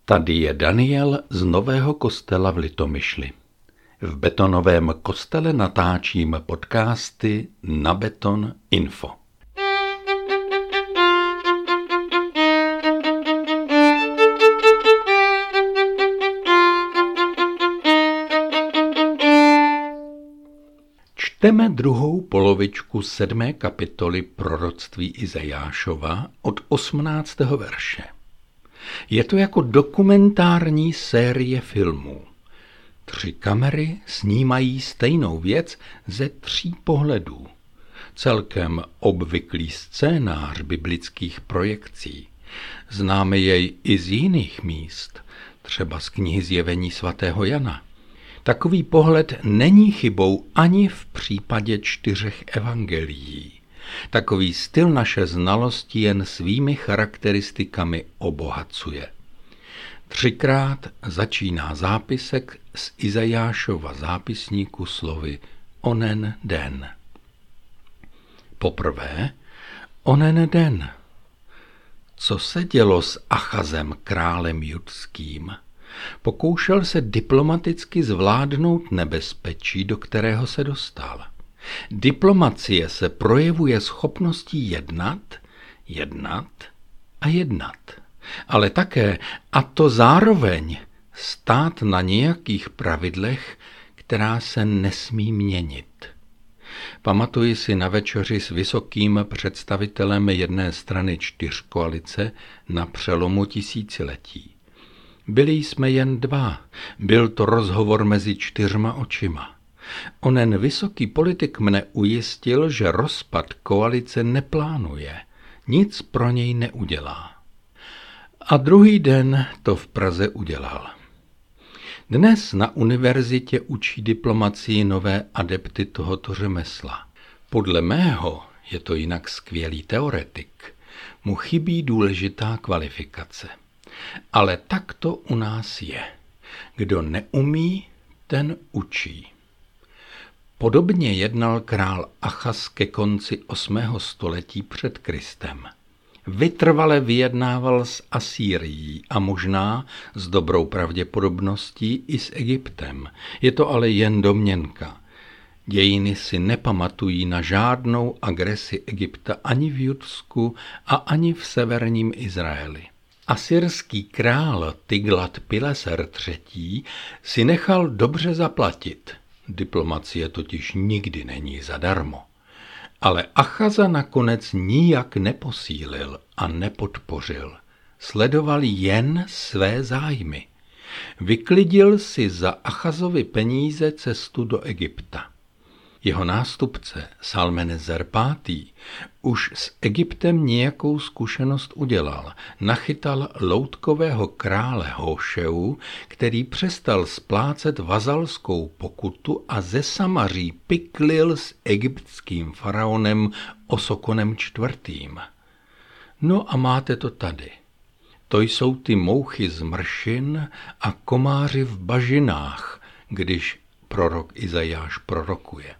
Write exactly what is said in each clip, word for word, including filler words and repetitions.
Tady je Daniel z Nového Kostela v Litomyšli. V betonovém kostele natáčím podcasty Na Beton Info. Čteme druhou polovičku sedmé kapitoly proroctví Izajášova od osmnáctého verše. Je to jako dokumentární série filmů. Tři kamery snímají stejnou věc ze tří pohledů. Celkem obvyklý scénář biblických projekcí. Známe jej i z jiných míst, třeba z knihy Zjevení svatého Jana. Takový pohled není chybou ani v případě čtyřech evangelií. Takový styl naše znalosti jen svými charakteristikami obohacuje. Třikrát začíná zápisek z Izajášova zápisníku slovy onen den. Poprvé, onen den. Co se dělo s Achazem, králem judským? Pokoušel se diplomaticky zvládnout nebezpečí, do kterého se dostal. Diplomacie se projevuje schopností jednat, jednat a jednat. Ale také, a to zároveň, stát na nějakých pravidlech, která se nesmí měnit. Pamatuji si na večeři s vysokým představitelem jedné strany čtyřkoalice na přelomu tisíciletí. Byli jsme jen dva, byl to rozhovor mezi čtyřma očima. Onen vysoký politik mne ujistil, že rozpad koalice neplánuje, nic pro něj neudělá. A druhý den to v Praze udělal. Dnes na univerzitě učí diplomacii nové adepty tohoto řemesla. Podle mého, je to jinak skvělý teoretik, mu chybí důležitá kvalifikace. Ale tak to u nás je. Kdo neumí, ten učí. Podobně jednal král Achaz ke konci osmého století před Kristem. Vytrvale vyjednával s Asýrií a možná s dobrou pravděpodobností i s Egyptem. Je to ale jen domněnka. Dějiny si nepamatují na žádnou agresi Egypta ani v Judsku a ani v severním Izraeli. Asyrský král Tiglat-Pileser třetí. si nechal dobře zaplatit. Diplomacie totiž nikdy není zadarmo. Ale Achaza nakonec nijak neposílil a nepodpořil. Sledoval jen své zájmy. Vyklidil si za Achazovi peníze cestu do Egypta. Jeho nástupce Salmenezer pátý. už s Egyptem nějakou zkušenost udělal. Nachytal loutkového krále Hošeu, který přestal splácet vazalskou pokutu a ze Samaří pyklil s egyptským faraonem Osokonem čtvrtým. No a máte to tady. To jsou ty mouchy z mršin a komáři v bažinách, když prorok Izajáš prorokuje.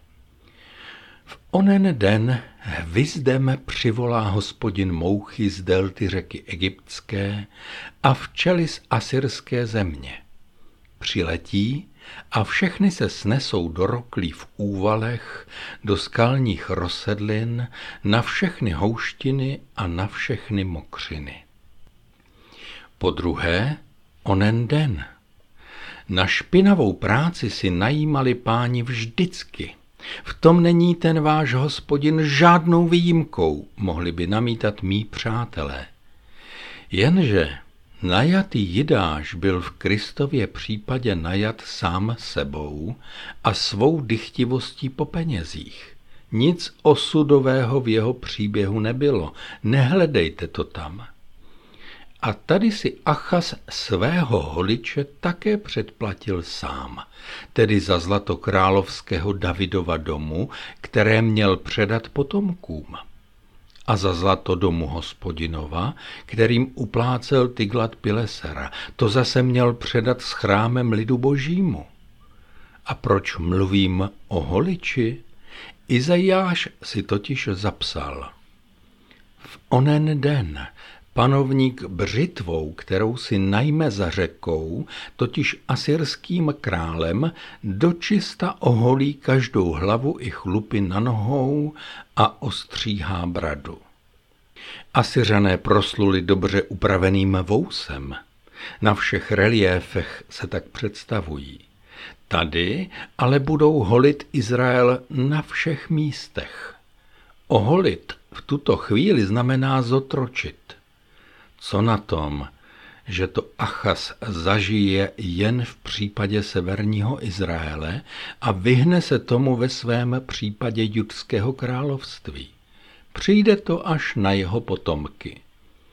V onen den hvizdem přivolá Hospodin mouchy z delty řeky Egyptské a včely z asyrské země. Přiletí a všechny se snesou do roklí v úvalech, do skalních rozsedlin, na všechny houštiny a na všechny mokřiny. Podruhé, onen den. Na špinavou práci si najímali páni vždycky. V tom není ten váš Hospodin žádnou výjimkou, mohli by namítat mí přátelé. Jenže najatý Jidáš byl v Kristově případě najat sám sebou a svou dychtivostí po penězích. Nic osudového v jeho příběhu nebylo, nehledejte to tam. A tady si Achaz svého holiče také předplatil sám, tedy za zlato královského Davidova domu, které měl předat potomkům. A za zlato domu Hospodinova, kterým uplácel Tiglat-Pilesera, to zase měl předat s chrámem lidu božímu. A proč mluvím o holiči? Izajáš si totiž zapsal. V onen den Panovník břitvou, kterou si najme za řekou, totiž asyrským králem, dočista oholí každou hlavu i chlupy na nohou a ostříhá bradu. Asyřané prosluli dobře upraveným vousem. Na všech reliéfech se tak představují. Tady ale budou holit Izrael na všech místech. Oholit v tuto chvíli znamená zotročit. Co na tom, že to Achaz zažije jen v případě severního Izraele a vyhne se tomu ve svém případě judského království? Přijde to až na jeho potomky.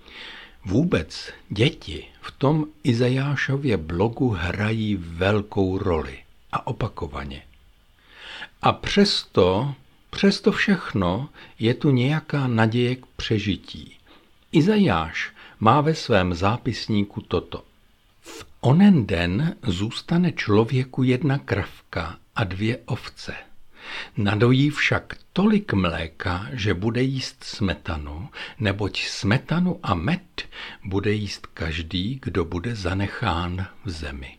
Vůbec děti v tom Izajášově blogu hrají velkou roli a opakovaně. A přesto, přesto všechno je tu nějaká naděje k přežití. Izajáš má ve svém zápisníku toto. V onen den zůstane člověku jedna kravka a dvě ovce. Nadojí však tolik mléka, že bude jíst smetanu, neboť smetanu a med bude jíst každý, kdo bude zanechán v zemi.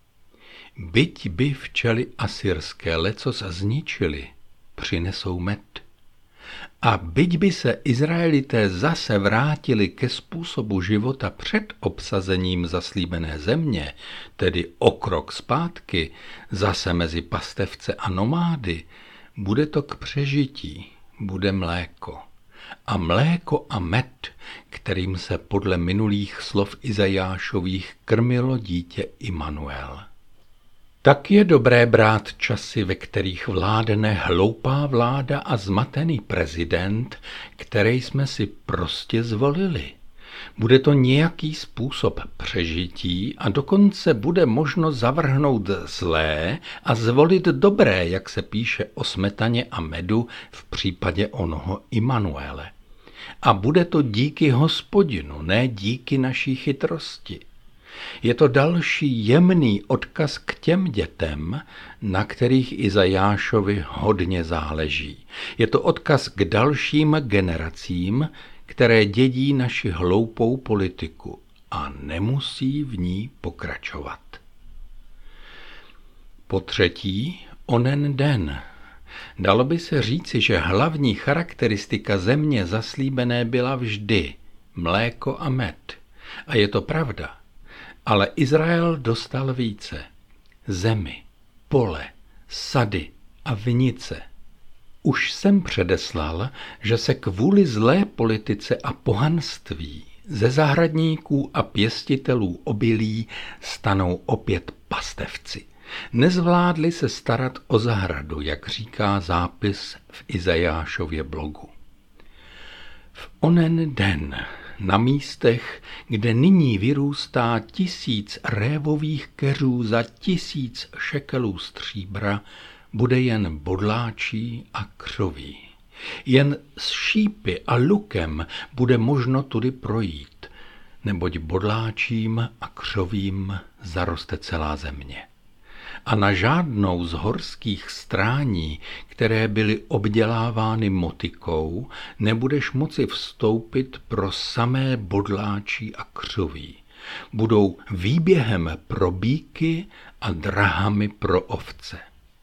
Byť by včely asyrské lecos zničili, přinesou med. A byť by se Izraelité zase vrátili ke způsobu života před obsazením zaslíbené země, tedy o krok zpátky, zase mezi pastevce a nomády, bude to k přežití, bude mléko. A mléko a med, kterým se podle minulých slov Izajášových krmilo dítě Imanuel. Tak je dobré brát časy, ve kterých vládne hloupá vláda a zmatený prezident, který jsme si prostě zvolili. Bude to nějaký způsob přežití a dokonce bude možno zavrhnout zlé a zvolit dobré, jak se píše o smetaně a medu v případě onoho Imanuele. A bude to díky Hospodinu, ne díky naší chytrosti. Je to další jemný odkaz k těm dětem, na kterých Izajášovi hodně záleží. Je to odkaz k dalším generacím, které dědí naši hloupou politiku a nemusí v ní pokračovat. Po třetí, onen den. Dalo by se říci, že hlavní charakteristika země zaslíbené byla vždy mléko a med. A je to pravda. Ale Izrael dostal více. Zemi, pole, sady a vinice. Už jsem předeslal, že se kvůli zlé politice a pohanství ze zahradníků a pěstitelů obilí stanou opět pastevci. Nezvládli se starat o zahradu, jak říká zápis v Izajášově blogu. V onen den na místech, kde nyní vyrůstá tisíc révových keřů za tisíc šekelů stříbra, bude jen bodláčí a křoví. Jen s šípy a lukem bude možno tudy projít, neboť bodláčím a křovím zaroste celá země. A na žádnou z horských strání, které byly obdělávány motykou, nebudeš moci vstoupit pro samé bodláčí a křoví. Budou výběhem pro býky a drahami pro ovce.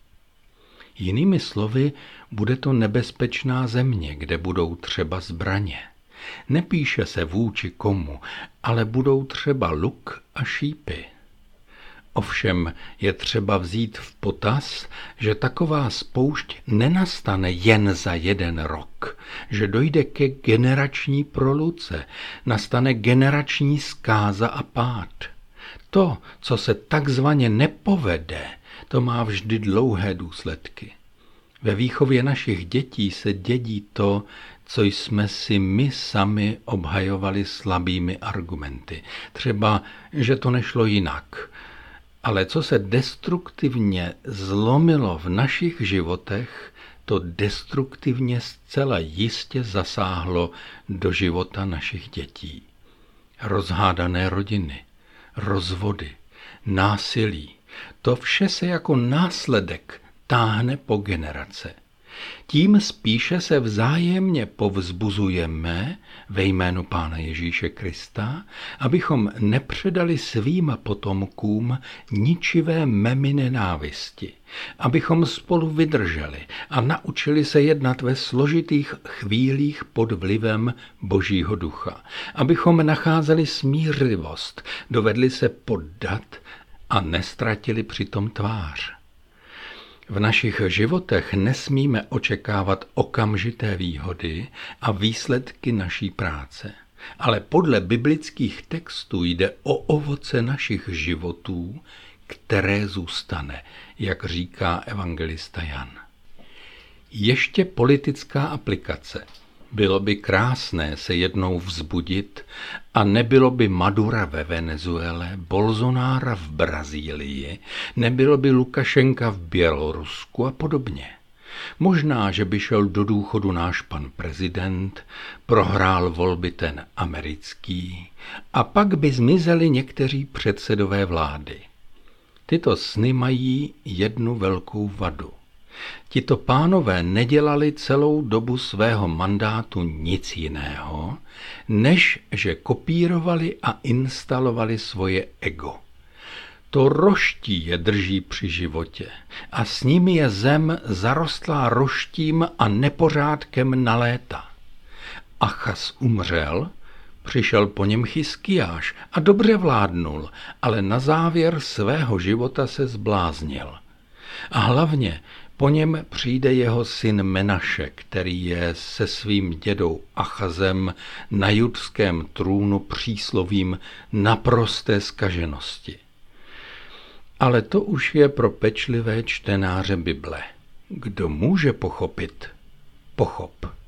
Jinými slovy, bude to nebezpečná země, kde budou třeba zbraně. Nepíše se vůči komu, ale budou třeba luk a šípy. Ovšem je třeba vzít v potaz, že taková spoušť nenastane jen za jeden rok, že dojde ke generační proluce, nastane generační zkáza a pád. To, co se takzvaně nepovede, to má vždy dlouhé důsledky. Ve výchově našich dětí se dědí to, co jsme si my sami obhajovali slabými argumenty. Třeba, že to nešlo jinak. Ale co se destruktivně zlomilo v našich životech, to destruktivně zcela jistě zasáhlo do života našich dětí. Rozhádané rodiny, rozvody, násilí, to vše se jako následek táhne po generace. Tím spíše se vzájemně povzbuzujeme ve jménu Pána Ježíše Krista, abychom nepředali svým potomkům ničivé memy nenávisti, abychom spolu vydrželi a naučili se jednat ve složitých chvílích pod vlivem Božího ducha, abychom nacházeli smířlivost, dovedli se poddat a nestratili přitom tvář. V našich životech nesmíme očekávat okamžité výhody a výsledky naší práce, ale podle biblických textů jde o ovoce našich životů, které zůstane, jak říká evangelista Jan. Ještě politická aplikace. Bylo by krásné se jednou vzbudit a nebylo by Madura ve Venezuele, Bolsonára v Brazílii, nebylo by Lukašenka v Bělorusku a podobně. Možná, že by šel do důchodu náš pan prezident, prohrál volby ten americký a pak by zmizeli někteří předsedové vlády. Tyto sny mají jednu velkou vadu. Tito pánové nedělali celou dobu svého mandátu nic jiného, než že kopírovali a instalovali svoje ego. To roští je drží při životě a s nimi je zem zarostlá roštím a nepořádkem na léta. Achaz umřel, přišel po něm Chyskiáš a dobře vládnul, ale na závěr svého života se zbláznil. A hlavně po něm přijde jeho syn Menaše, který je se svým dědou Achazem na judském trůnu příslovím naprosté zkaženosti. Ale to už je pro pečlivé čtenáře Bible. Kdo může pochopit, pochop.